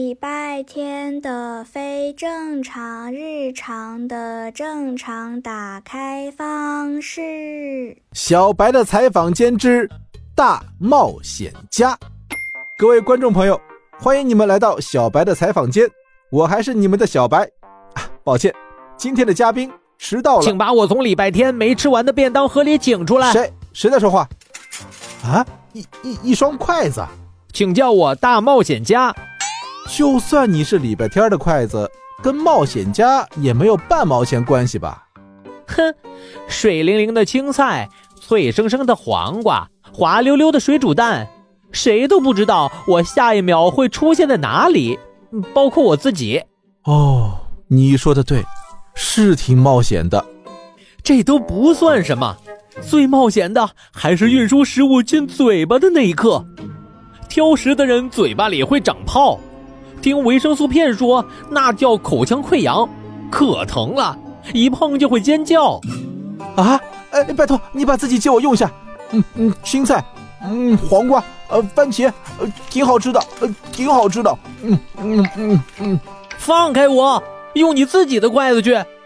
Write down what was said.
礼拜天的非正常日常的正常打开方式。 小白的采访间之大冒险家。各位观众朋友，欢迎你们来到小白的采访间，我还是你们的小白。抱歉，今天的嘉宾迟到了， 请把我从礼拜天没吃完的便当盒里请出来。 谁在说话？啊，一双筷子。 请叫我大冒险家。 就算你是礼拜天的筷子，跟冒险家也没有半毛钱关系吧？ 哼，水灵灵的青菜，脆生生的黄瓜，滑溜溜的水煮蛋，谁都不知道我下一秒会出现在哪里，包括我自己。 哦，你说的对，是挺冒险的。 这都不算什么，最冒险的还是运输食物进嘴巴的那一刻。挑食的人嘴巴里会长泡，听维生素片说那叫口腔溃疡，可疼了，一碰就会尖叫。 啊，拜托你把自己借我用下。青菜，黄瓜，番茄，挺好吃的， 放开我，用你自己的筷子去。